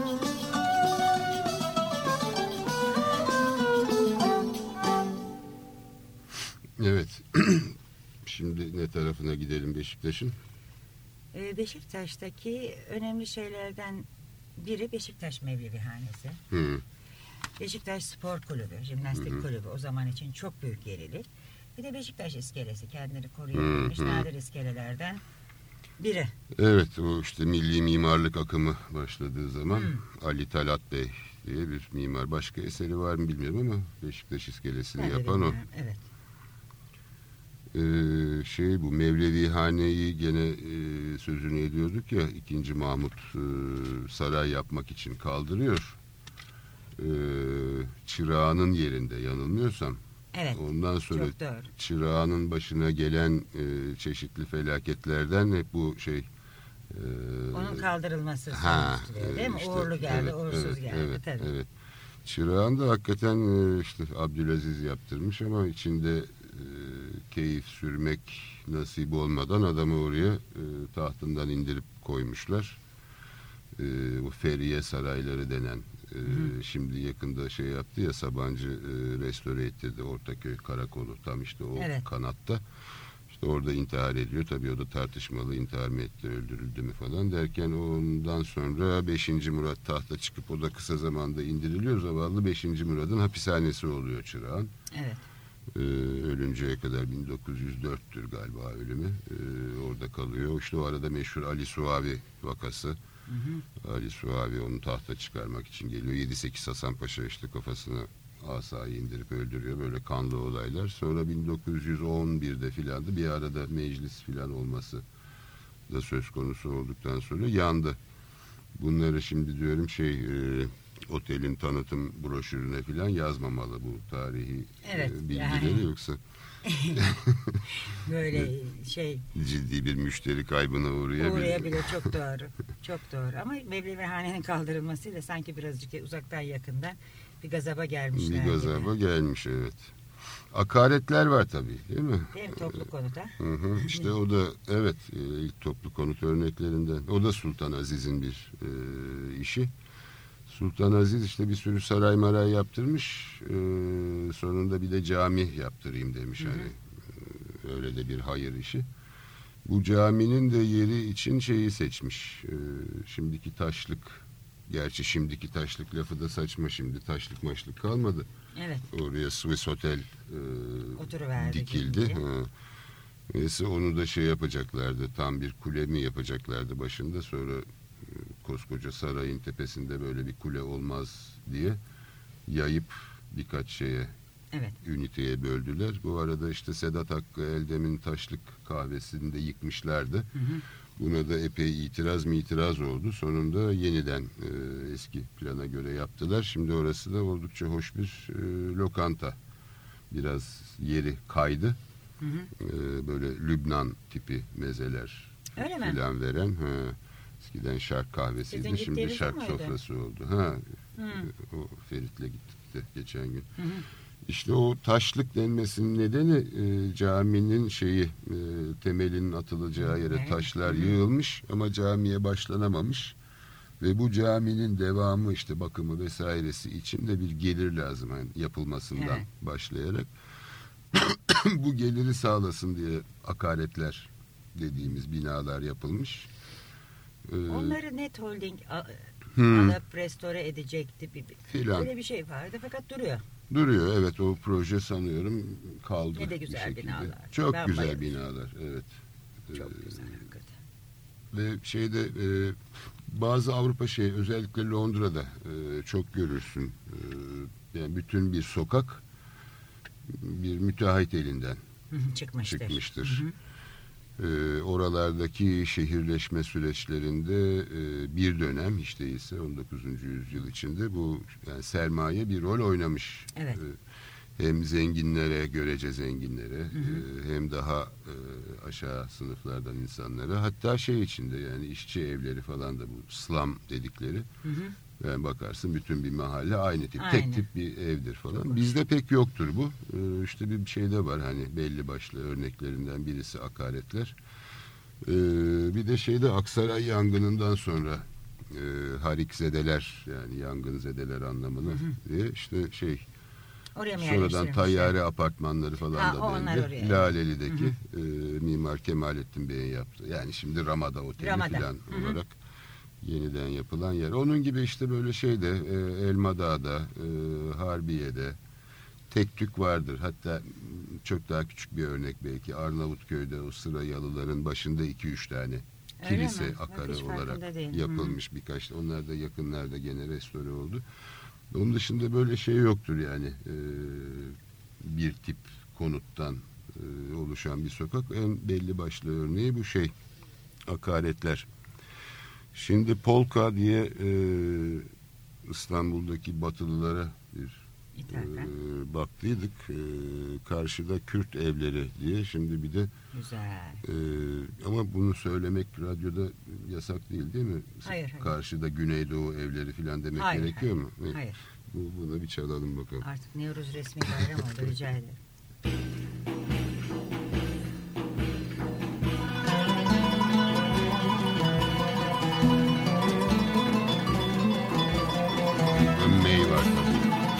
Evet. Şimdi ne tarafına gidelim Beşiktaş'ın? Beşiktaş'taki önemli şeylerden Biri Beşiktaş Mevlevihanesi. Hı. Beşiktaş Spor Kulübü, Jimnastik Hı hı. Kulübü o zaman için çok büyük yerilik. Bir de Beşiktaş iskelesi kendini koruyabilmiş Hı hı. nadir iskelelerden biri. Evet, o işte milli mimarlık akımı başladığı zaman Hı. Ali Talat Bey diye bir mimar. Başka eseri var mı bilmiyorum ama Beşiktaş iskelesini Ben de yapan o. bilmiyorum, evet. Ee, şey bu Mevlevihane'yi gene e, sözünü ediyorduk ya, ikinci Mahmut e, saray yapmak için kaldırıyor. E, Çırağan'ın yerinde yanılmıyorsam. Evet. Ondan sonra Çok doğru. Çırağan'ın başına gelen e, çeşitli felaketlerden hep bu şey e, Onun kaldırılması ha, sonuçluyor, değil mi? işte, Uğurlu geldi, evet, uğursuz evet, geldi. evet, Tabii. evet. Çırağan da hakikaten e, işte Abdülaziz yaptırmış ama içinde e, keyif sürmek nasip olmadan adamı oraya e, tahtından indirip koymuşlar. E, bu Feriye Sarayları denen e, şimdi yakında şey yaptı ya, Sabancı e, restore ettirdi Ortaköy Karakolu, tam işte o Evet. kanatta. İşte orada intihar ediyor. Tabii o da tartışmalı, intihar mı etti, öldürüldü mü falan derken ondan sonra beşinci Murat tahta çıkıp o da kısa zamanda indiriliyor. Zavallı beşinci Murad'ın hapishanesi oluyor Çırağan. Evet. Ee, ölünceye kadar bin dokuz yüz dörttür galiba ölümü. Ee, orada kalıyor. İşte o arada meşhur Ali Suavi vakası. Hı hı. Ali Suavi onu tahta çıkarmak için geliyor. yedi sekiz Hasan Paşa işte kafasını asayı indirip öldürüyor. Böyle kanlı olaylar. Sonra bin dokuz yüz on birde filan da bir arada meclis filan olması da söz konusu olduktan sonra yandı. Bunları şimdi diyorum şey e, otelin tanıtım broşürüne filan yazmamalı bu tarihi Evet, e, bilgileri yani. yoksa Böyle şey ciddi bir müşteri kaybına uğrayabilir. uğrayabilir. Çok doğru. Çok doğru. Ama Mevlevihane'nin kaldırılmasıyla sanki birazcık uzaktan yakından bir gazaba gelmişler. Bir gazaba gelmiş, evet. Akaretler var tabii, değil mi? Değil mi toplu konuda? Hı hı. İşte o da evet e, ilk toplu konut örneklerinden. O da Sultan Aziz'in bir e, işi. Sultan Aziz işte bir sürü saray maray yaptırmış. E, sonunda bir de cami yaptırayım demiş. Hı hı. Hani e, öyle de bir hayır işi. Bu caminin de yeri için şeyi seçmiş. E, şimdiki taşlık, gerçi şimdiki taşlık lafı da saçma, şimdi taşlık maşlık kalmadı. Evet. Oraya Swiss Hotel e, Oturuverdi dikildi. gibi. Ha. Neyse onu da şey yapacaklardı. Tam bir kule mi yapacaklardı başında. Sonra e, koskoca sarayın tepesinde böyle bir kule olmaz diye yayıp birkaç şeye, Evet. üniteye böldüler. Bu arada işte Sedat Hakkı Eldem'in taşlık kahvesini de yıkmışlardı. Hı hı. Buna da epey itiraz mı itiraz oldu. Sonunda yeniden e, eski plana göre yaptılar. Şimdi orası da oldukça hoş bir e, lokanta. Biraz yeri kaydı. Hı hı. E, böyle Lübnan tipi mezeler Öyle mi? filan veren. Ha. Eskiden şark kahvesiydi. Sizin Şimdi gittiğiniz şark o muydu? sofrası oldu. Ha. Hı. O Ferit'le gittik de geçen gün. Hı hı. İşte o taşlık denmesinin nedeni e, caminin şeyi e, temelinin atılacağı yere Evet. taşlar Hı hı. yığılmış ama camiye başlanamamış ve bu caminin devamı işte bakımı vesairesi için de bir gelir lazım yani yapılmasından Evet. başlayarak bu geliri sağlasın diye akaretler dediğimiz binalar yapılmış. Ee, Onları Net Holding a- Hmm. alıp restore edecekti. Bir, bir- Filan. Öyle bir şey vardı fakat duruyor. Duruyor, evet, o proje sanıyorum kaldı. Ne de bir güzel şekilde. binalar. Çok Ben güzel bayılırım. binalar, evet. Çok Ee, güzel hakikaten. Ve şeyde e, bazı Avrupa şey, özellikle Londra'da e, çok görürsün. E, yani bütün bir sokak bir müteahhit elinden Hı hı, Çıkmıştır. çıkmıştır. Hı hı. E, oralardaki şehirleşme süreçlerinde e, bir dönem hiç değilse on dokuzuncu yüzyıl içinde bu yani sermaye bir rol oynamış. Evet. E, hem zenginlere, görece zenginlere, Hı hı. e, hem daha e, aşağı sınıflardan insanlara, hatta şey içinde yani işçi evleri falan da bu slum dedikleri. Hı hı. Yani bakarsın bütün bir mahalle aynı tip, Aynen. tek tip bir evdir falan. Bizde pek yoktur bu. Ee, işte bir şey de var hani belli başlı örneklerinden birisi akaretler. Ee, bir de şeyde Aksaray yangınından sonra e, harikzedeler yani yangınzedeler anlamına diye işte şey Oraya mı sonradan yerleştirilmişler? tayyare apartmanları falan Ha, da onlar dendi. oraya. Laleli'deki e, Mimar Kemalettin Bey'in yaptı. Yani şimdi Ramada Oteli Ramada. falan Hı hı. olarak yeniden yapılan yer. Onun gibi işte böyle şeyde e, Elmadağ'da, e, Harbiye'de tek tük vardır. Hatta çok daha küçük bir örnek belki Arnavutköy'de o Sırayalıların başında iki üç tane Öyle kilise mi? akarı Hiç farkında olarak değilim. yapılmış birkaç. Onlar da yakınlarda gene restore oldu. Onun dışında böyle şey yoktur yani. E, bir tip konuttan e, oluşan bir sokak. En belli başlı örneği bu şey. Akaretler. Şimdi Polka diye e, İstanbul'daki Batılılara bir İthafen. e, baktıydık. E, karşıda Kürt evleri diye. Şimdi bir de Güzel. e, ama bunu söylemek radyoda yasak değil değil mi? Hayır, hayır. Karşıda Güneydoğu evleri falan demek Hayır, gerekiyor hayır. mu? Evet. Hayır. Bu, buna bir çalalım bakalım. Artık Nevruz resmi bayram oldu, rica ederim. Ömmey var tabii.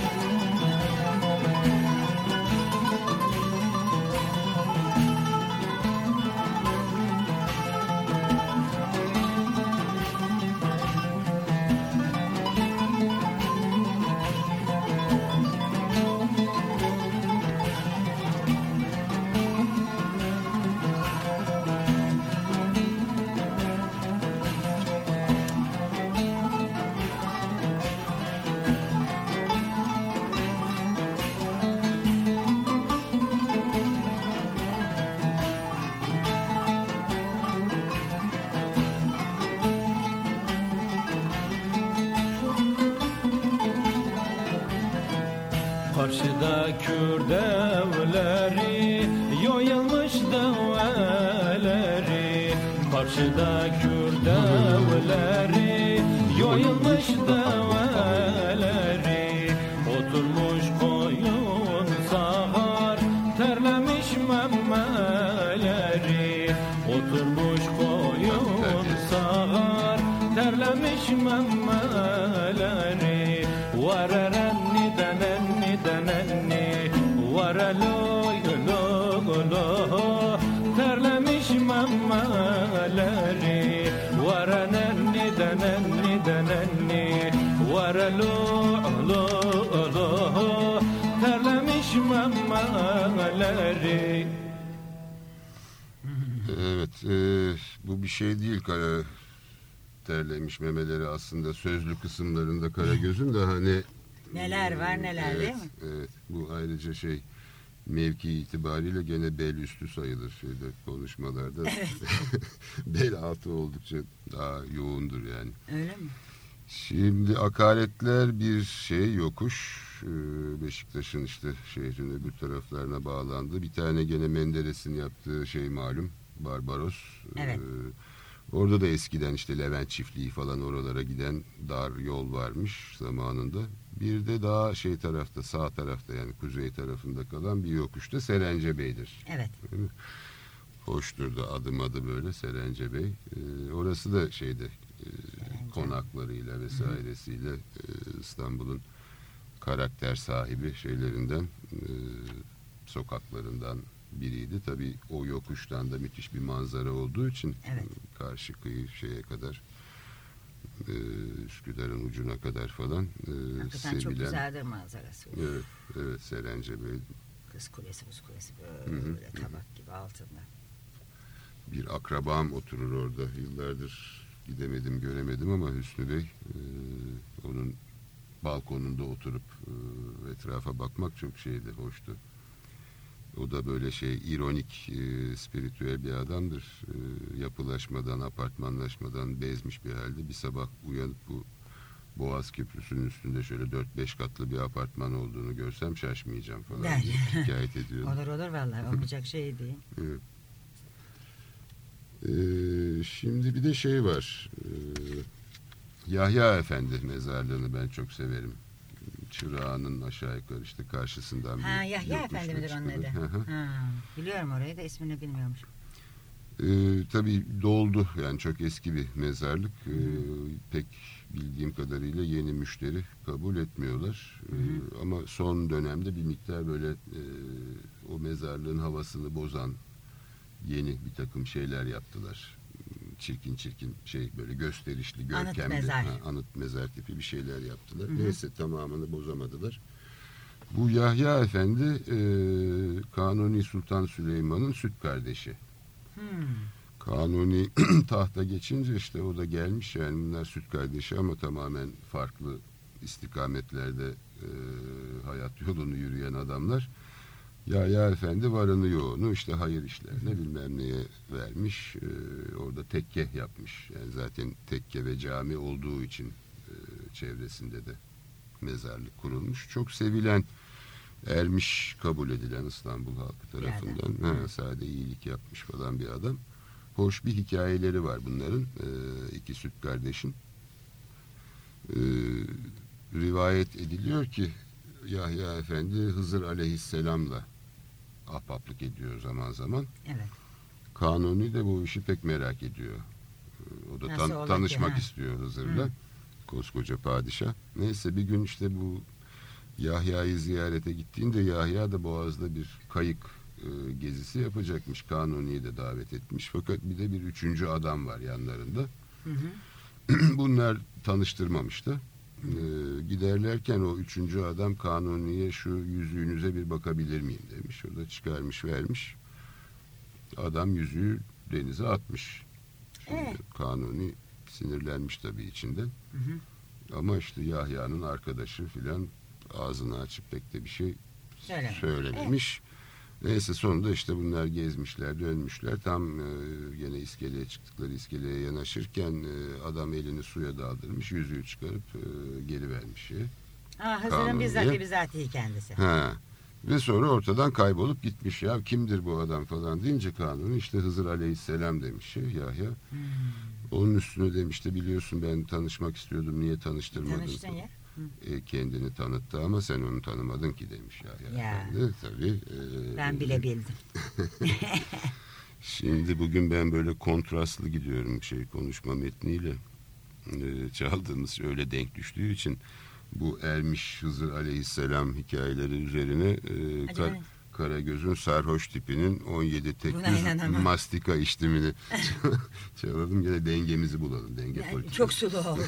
Karşıda Kürt evleri, yoyulmuş develeri. Karşıda Kürt evleri, yoyulmuş develeri. Oturmuş koyun sağar, terlemiş memmeleri. Oturmuş koyun sağar, terlemiş memmeleri. Vararenni denenni denenni, varaloy lo lo, terlemiş memmeleri. Varanenni denenni denenni, varalo lo lo, terlemiş memmeleri. Evet, e, bu bir şey değil. Kara, terlemiş memeleri aslında sözlü kısımlarında Karagöz'ün de hani Neler var neler, evet, değil mi? Evet, bu ayrıca şey mevki itibariyle gene bel üstü sayılır şeyde konuşmalarda. Bel altı oldukça daha yoğundur yani. Öyle mi? Şimdi akaretler bir şey yokuş. Ee, Beşiktaş'ın işte şehrin öbür taraflarına bağlandı. Bir tane gene Menderes'in yaptığı şey malum. Barbaros. Evet. Ee, orada da eskiden işte Levent Çiftliği falan oralara giden dar yol varmış zamanında. Bir de daha şey tarafta, sağ tarafta yani kuzey tarafında kalan bir yokuşta Serence Bey'dir. Evet. Hoştur da adım adı böyle Serence Bey. Ee, orası da şeyde e, konaklarıyla vesairesiyle e, İstanbul'un karakter sahibi şeylerinden, e, sokaklarından biriydi. Tabii o yokuştan da müthiş bir manzara olduğu için Evet. karşı kıyı şeye kadar e, Üsküdar'ın ucuna kadar falan e, Hakikaten sevilen. çok güzeldir manzarası. Evet, evet Serence Bey. Kız kulesi, buz kulesi böyle Hı hı. tabak gibi altında. Bir akrabam oturur orada. Yıllardır gidemedim, göremedim ama Hüsnü Bey e, onun balkonunda oturup e, etrafa bakmak çok şeydi, hoştu. O da böyle şey ironik, e, spiritüel bir adamdır. E, yapılaşmadan, apartmanlaşmadan bezmiş bir halde bir sabah uyanıp bu Boğaz Köprüsü'nün üstünde şöyle dört beş katlı bir apartman olduğunu görsem şaşmayacağım falan Der. diye şikayet ediyordu. Olur olur vallahi, olmayacak şey değil. Evet. Ee, şimdi bir de şey var. Ee, Yahya Efendi mezarlığını ben çok severim. Çırağan'ın aşağı yukarı işte karşısından Ha, bir Yahya yokuşla Efendi midir onun çıkılır. adı? Hı hı. Ha, biliyorum orayı da ismini bilmiyormuş. Ee, tabii doldu yani çok eski bir mezarlık. Ee, pek bildiğim kadarıyla yeni müşteri kabul etmiyorlar. Ee, ama son dönemde bir miktar böyle e, o mezarlığın havasını bozan yeni bir takım şeyler yaptılar. çirkin çirkin şey böyle gösterişli, görkemli anıt mezar, ha, anıt mezar tipi bir şeyler yaptılar. Hı hı. Neyse tamamını bozamadılar. Bu Yahya Efendi e, Kanuni Sultan Süleyman'ın süt kardeşi. Hmm. Kanuni tahta geçince işte o da gelmiş, yani bunlar süt kardeşi ama tamamen farklı istikametlerde e, hayat yolunu yürüyen adamlar. Yahya Efendi varını yoğunu işte hayır işlerine bilmem neye vermiş. E, orada tekke yapmış. Yani zaten tekke ve cami olduğu için e, çevresinde de mezarlık kurulmuş. Çok sevilen, ermiş kabul edilen İstanbul halkı tarafından. Ha, sade iyilik yapmış falan bir adam. Hoş bir hikayeleri var bunların. E, iki süt kardeşin. E, rivayet ediliyor ki Yahya Efendi Hızır Aleyhisselam'la ahbaplık ediyor zaman zaman. Evet. Kanuni de bu işi pek merak ediyor. O da Nasıl tan- olur tanışmak ki, ha? istiyor Hızır'la. Hı. Koskoca padişah. Neyse bir gün işte bu Yahya'yı ziyarete gittiğinde Yahya da Boğaz'da bir kayık e, gezisi yapacakmış. Kanuni'yi de davet etmiş. Fakat bir de bir üçüncü adam var yanlarında. Hı hı. Bunlar tanıştırmamıştı. E, giderlerken o üçüncü adam Kanuni'ye şu yüzüğünüze bir bakabilir miyim demiş. O da çıkarmış vermiş. Adam yüzüğü denize atmış. Şimdi Evet. Kanuni sinirlenmiş tabii içinden. Hı hı. Ama işte Yahya'nın arkadaşı filan ağzını açıp pek de bir şey Söylememiş. söylememiş. Neyse sonunda işte bunlar gezmişler, dönmüşler. Tam e, gene iskeleye çıktıkları iskeleye yanaşırken e, adam elini suya daldırmış, yüzüğü çıkarıp e, geri vermiş. Aa, Hızır'ın Kanuni'ye. bizzat bizatihi kendisi. Ha. Ve sonra ortadan kaybolup gitmiş. Ya kimdir bu adam falan deyince Kanuni işte Hızır Aleyhisselam demiş Yahya. Hmm. Onun üstüne demişti biliyorsun ben tanışmak istiyordum, niye tanıştırmadın? Tanıştın ya. E, kendini tanıttı ama sen onu tanımadın ki demiş Yahya Ya. Efendi. Tabii. E, Ben bile bildim. Şimdi bugün ben böyle kontrastlı gidiyorum şey konuşma metniyle. E, çaldığımız öyle denk düştüğü için bu ermiş Hızır Aleyhisselam hikayeleri üzerine e, Hadi Kar- ben- Karagöz'ün sarhoş tipinin on yedi tek Buna düz inanamam. mastika içtimini çalalım. Gene dengemizi bulalım. Denge Yani politikası. çok sulu oldu.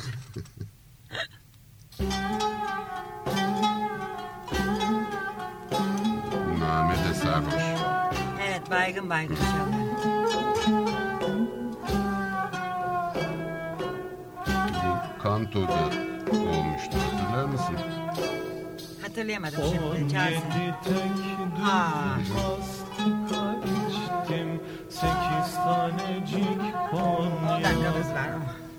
Namede sarhoş. Evet, baygın baygın çalıyor. Bu Kanto'da olmuştu. Hatırlar mısın? Hatırlayamadım On şimdi. Çalsın. yedi tek Aa. düz mastika içtim, sekiz tanecik on Konya. dakikamız var.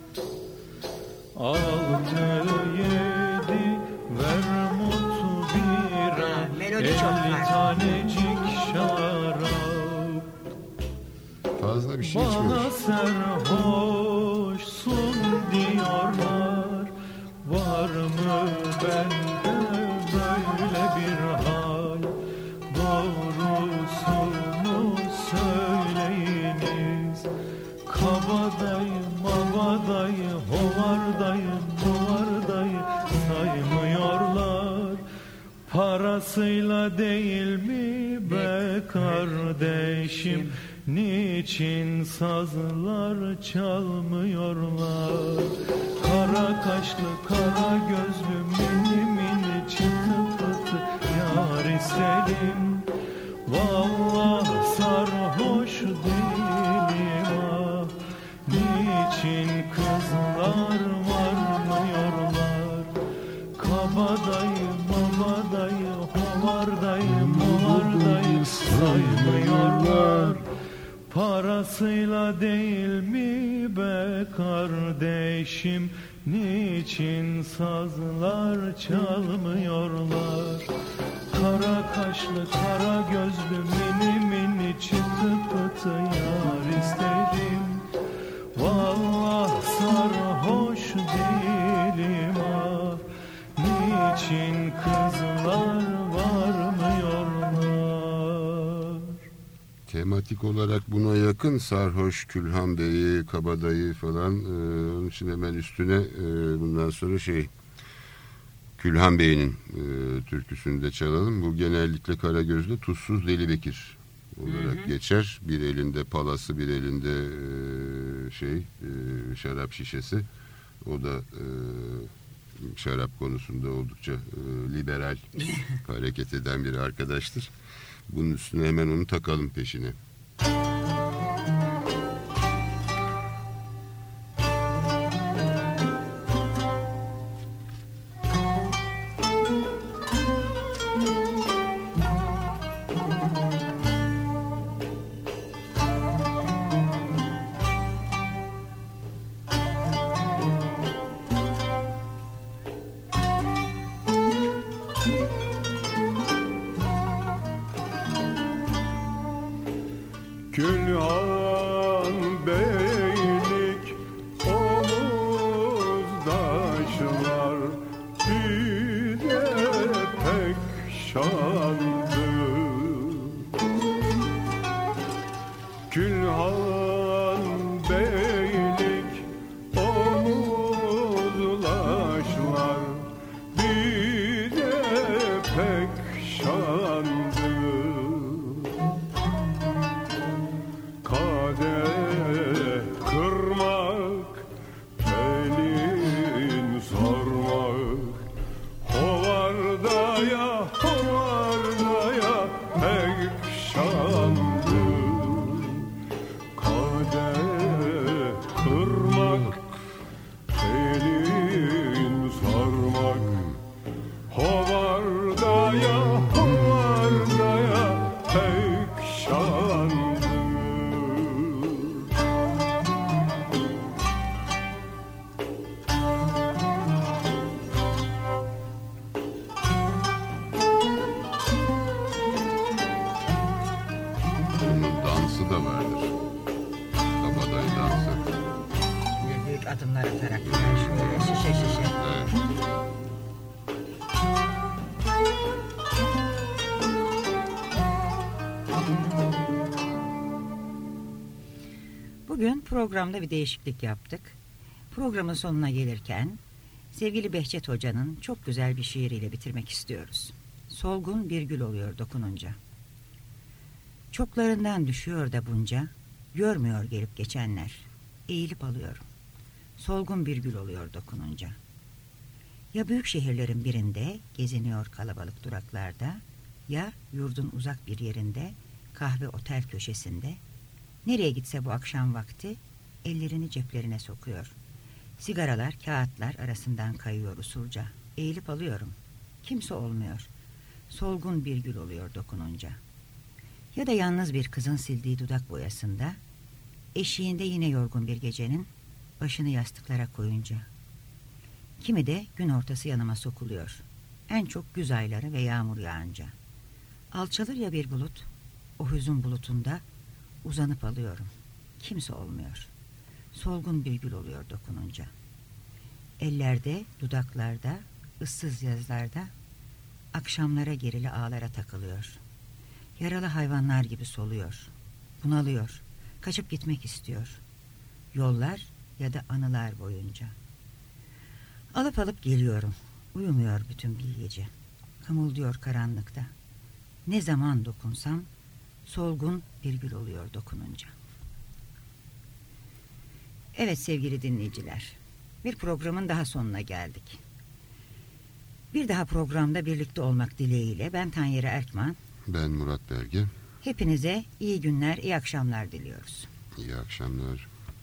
Altı yedi vermut bira, Ha, melodi çok elli var. tanecik şarap. Fazla bir şey Bana içmemiş. sarhoşsun diyorlar. Var mı bende böyle bir hal? Doğrusunu söyleyiniz. Kabadayı, mabadayı, hovardayı, duvardayı saymıyorlar. Parasıyla değil mi be kardeşim? Niçin sazlar çalmıyorlar? Kara kaşlı, kara gözlü, mini mini çıtı pıtı yar isterim. Vallahi sarhoş değilim ah. Niçin kızlar varmıyorlar? Kabadayı, mabadayı, hovardayı, movardayı saymıyorlar. Parasıyla değil mi be kardeşim? Niçin sazlar çalmıyorlar? Kara kaşlı, kara gözlü, mini mini çıtı pıtı yar isterim. Vallahi sarhoş değilim ah. Niçin kızlar varmıyorlar? Tematik olarak buna yakın sarhoş, Külhan Bey'i, Kabadayı falan. E, onun için hemen üstüne e, bundan sonra şey Külhan Bey'in e, türküsünü de çalalım. Bu genellikle Karagöz'de Tuzsuz Deli Bekir olarak Hı hı. geçer. Bir elinde palası, bir elinde e, şey e, şarap şişesi. O da e, şarap konusunda oldukça e, liberal hareket eden bir arkadaştır. Bunun üstüne hemen onu takalım peşine. Külhan beylik omuzdaşlar bir de pek şandı. Külhan beylik omuzdaşlar bir de pek şandı. Kadeh kırmak, pelin sarmak, hovardaya hovardaya pek şandı. Kadeh kırmak, pelin sarmak, hovardaya hovardaya pek şandı. Dansı da vardır. Kabadayı dansı. Böyle büyük adımlar atarak şöyle şişe şişe. Evet. Bugün programda bir değişiklik yaptık. Programın sonuna gelirken sevgili Behçet Hoca'nın çok güzel bir şiiriyle bitirmek istiyoruz. Solgun bir gül oluyor dokununca. Çoklarından düşüyor da bunca, görmüyor gelip geçenler. Eğilip alıyorum. Solgun bir gül oluyor dokununca. Ya büyük şehirlerin birinde geziniyor kalabalık duraklarda, ya yurdun uzak bir yerinde, kahve otel köşesinde, nereye gitse bu akşam vakti ellerini ceplerine sokuyor. Sigaralar, kağıtlar arasından kayıyor usulca. Eğilip alıyorum. Kimse olmuyor. Solgun bir gül oluyor dokununca. Ya da yalnız bir kızın sildiği dudak boyasında, eşiğinde yine yorgun bir gecenin başını yastıklara koyunca. Kimi de gün ortası yanıma sokuluyor. En çok güz ayları ve yağmur yağınca. Alçalır ya bir bulut, o hüzün bulutunda uzanıp alıyorum. Kimse olmuyor. Solgun bir gül oluyor dokununca. Ellerde, dudaklarda, ıssız yazlarda akşamlara gerili ağlara takılıyor. Yaralı hayvanlar gibi soluyor. Bunalıyor. Kaçıp gitmek istiyor. Yollar ya da anılar boyunca. Alıp alıp geliyorum. Uyumuyor bütün bir gece. Kımıldıyor karanlıkta. Ne zaman dokunsam solgun bir gül oluyor dokununca. Evet sevgili dinleyiciler, bir programın daha sonuna geldik. Bir daha programda birlikte olmak dileğiyle ben Tanyeri Erkman. Ben Murat Belge. Hepinize iyi günler, iyi akşamlar diliyoruz. İyi akşamlar.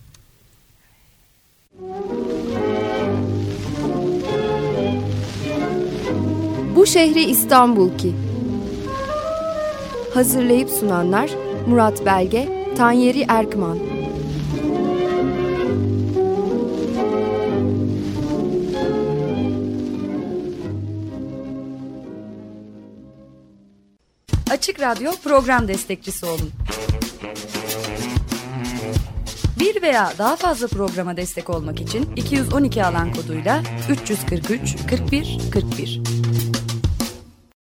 Bu şehri İstanbul ki. Hazırlayıp sunanlar Murat Belge, Tanyeri Erkman. Açık Radyo program destekçisi olun. Bir veya daha fazla programa destek olmak için iki yüz on iki alan koduyla üç yüz kırk üç kırk bir kırk bir.